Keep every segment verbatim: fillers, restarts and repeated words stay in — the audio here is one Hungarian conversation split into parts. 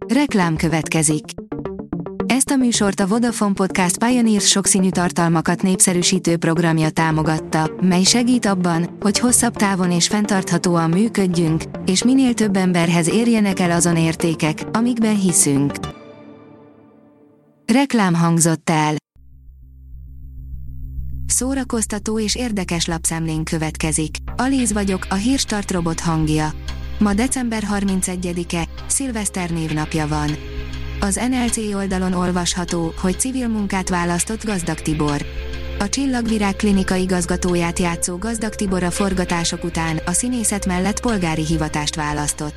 Reklám következik. Ezt a műsort a Vodafone Podcast Pioneers sokszínű tartalmakat népszerűsítő programja támogatta, mely segít abban, hogy hosszabb távon és fenntarthatóan működjünk, és minél több emberhez érjenek el azon értékek, amikben hiszünk. Reklám hangzott el. Szórakoztató és érdekes lapszemlén következik. Alíz vagyok, a Hírstart robot hangja. Ma december harmincegyedike, szilveszter névnapja van. Az en el cé oldalon olvasható, hogy civil munkát választott Gazdag Tibor. A Csillagvirág klinika igazgatóját játszó Gazdag Tibor a forgatások után a színészet mellett polgári hivatást választott.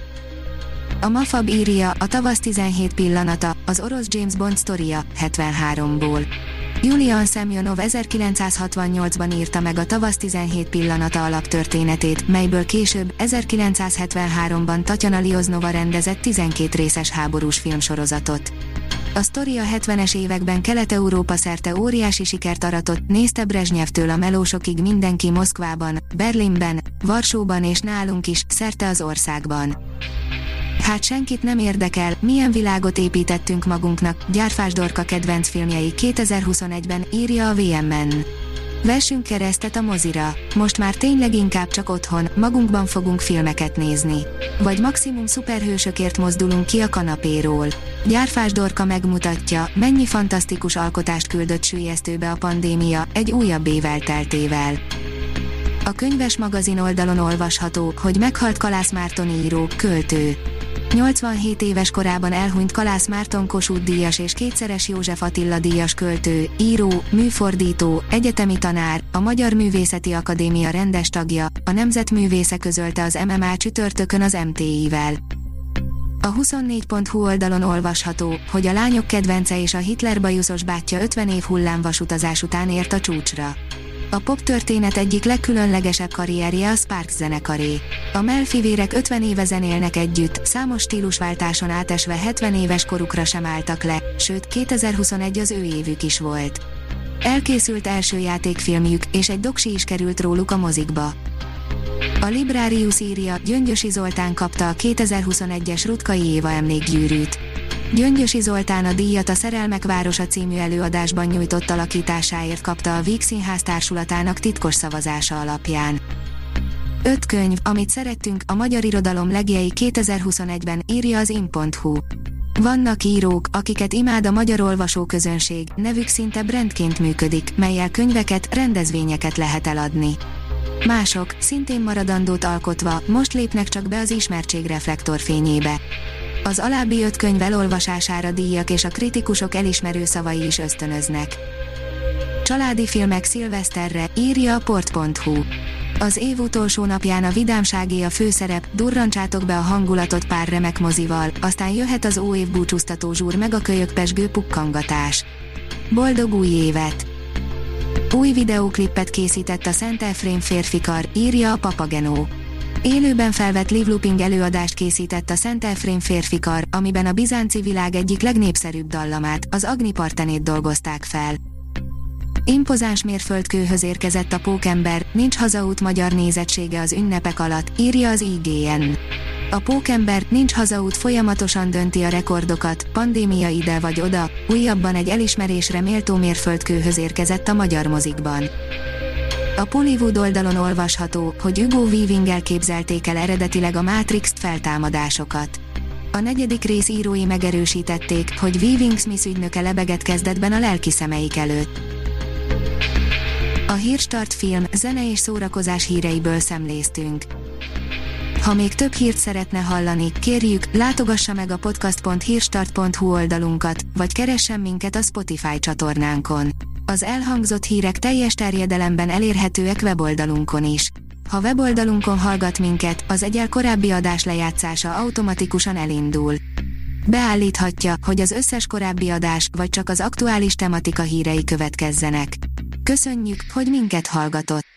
A Mafab írja, a tavasz tizenhét pillanata, az orosz James Bond sztoria, hetvenháromból. Julian Semyonov ezerkilencszázhatvannyolcban írta meg a Tavasz tizenhét pillanata alaptörténetét, melyből később, ezerkilencszázhetvenháromban Tatjana Lioznova rendezett tizenkét részes háborús filmsorozatot. A sztori a hetvenes években Kelet-Európa szerte óriási sikert aratott, nézte Brezsnyevtől a melósokig mindenki Moszkvában, Berlinben, Varsóban és nálunk is, szerte az országban. Hát senkit nem érdekel, milyen világot építettünk magunknak, Gyárfás Dorka kedvenc filmjei kétezer-huszonegyben, írja a vé em en. Vessünk keresztet a mozira. Most már tényleg inkább csak otthon, magunkban fogunk filmeket nézni. Vagy maximum szuperhősökért mozdulunk ki a kanapéról. Gyárfás Dorka megmutatja, mennyi fantasztikus alkotást küldött süllyesztőbe a pandémia, egy újabb év elteltével. A Könyves magazin oldalon olvasható, hogy meghalt Kalász Márton író, költő. nyolcvanhét éves korában elhunyt Kalász Márton Kossuth-díjas és kétszeres József Attila díjas költő, író, műfordító, egyetemi tanár, a Magyar Művészeti Akadémia rendes tagja, a Nemzetművésze közölte az em em á csütörtökön az em té i-vel. A huszonnégy pont hu oldalon olvasható, hogy a lányok kedvence és a Hitler bajuszos bátyja ötven év hullámvasutazás után ért a csúcsra. A pop történet egyik legkülönlegesebb karrierje a Sparks zenekaré. A Mell fivérek ötven éve zenélnek együtt, számos stílusváltáson átesve hetven éves korukra sem álltak le, sőt kétezer-huszonegy az ő évük is volt. Elkészült első játékfilmjük, és egy doksi is került róluk a mozikba. A Librarius írja, Gyöngyösi Zoltán kapta a kétezer-huszonegyes Rutkai Éva emlékgyűrűt. Gyöngyösi Zoltán a díjat a Szerelmek városa című előadásban nyújtott alakításáért kapta a Víg Színház társulatának titkos szavazása alapján. Öt könyv, amit szerettünk, a magyar irodalom legjei kétezer-huszonegyben, írja az in pont hu. Vannak írók, akiket imád a magyar olvasóközönség, nevük szinte brandként működik, mellyel könyveket, rendezvényeket lehet eladni. Mások, szintén maradandót alkotva, most lépnek csak be az ismertség reflektorfényébe. Az alábbi öt könyv elolvasására díjak és a kritikusok elismerő szavai is ösztönöznek. Családi filmek szilveszterre, írja a port pont hu. Az év utolsó napján a vidámságé a főszerep, durrancsátok be a hangulatot pár remek mozival, aztán jöhet az óév búcsúztató zsúr meg a kölyökpezsgő pukkangatás. Boldog új évet! Új videóklipet készített a Szent Efrém férfikar, írja a Papagenó. Élőben felvett live-looping előadást készített a Szent Efrém férfikar, amiben a bizánci világ egyik legnépszerűbb dallamát, az Agni Partenét dolgozták fel. Impozáns mérföldkőhöz érkezett a Pókember, nincs hazaút magyar nézettsége az ünnepek alatt, írja az i gé en. A Pókember, nincs hazaút folyamatosan dönti a rekordokat, pandémia ide vagy oda, újabban egy elismerésre méltó mérföldkőhöz érkezett a magyar mozikban. A Pollywood oldalon olvasható, hogy Hugo Weaving-el képzelték el eredetileg a Matrix feltámadásokat. A negyedik rész írói megerősítették, hogy Weaving Smith ügynöke lebegett kezdetben a lelki szemeik előtt. A Hírstart film, zene és szórakozás híreiből szemléztünk. Ha még több hírt szeretne hallani, kérjük, látogassa meg a podcast pont hírstart pont hu oldalunkat, vagy keressen minket a Spotify csatornánkon. Az elhangzott hírek teljes terjedelemben elérhetőek weboldalunkon is. Ha weboldalunkon hallgat minket, az egyel korábbi adás lejátszása automatikusan elindul. Beállíthatja, hogy az összes korábbi adás, vagy csak az aktuális tematika hírei következzenek. Köszönjük, hogy minket hallgatott!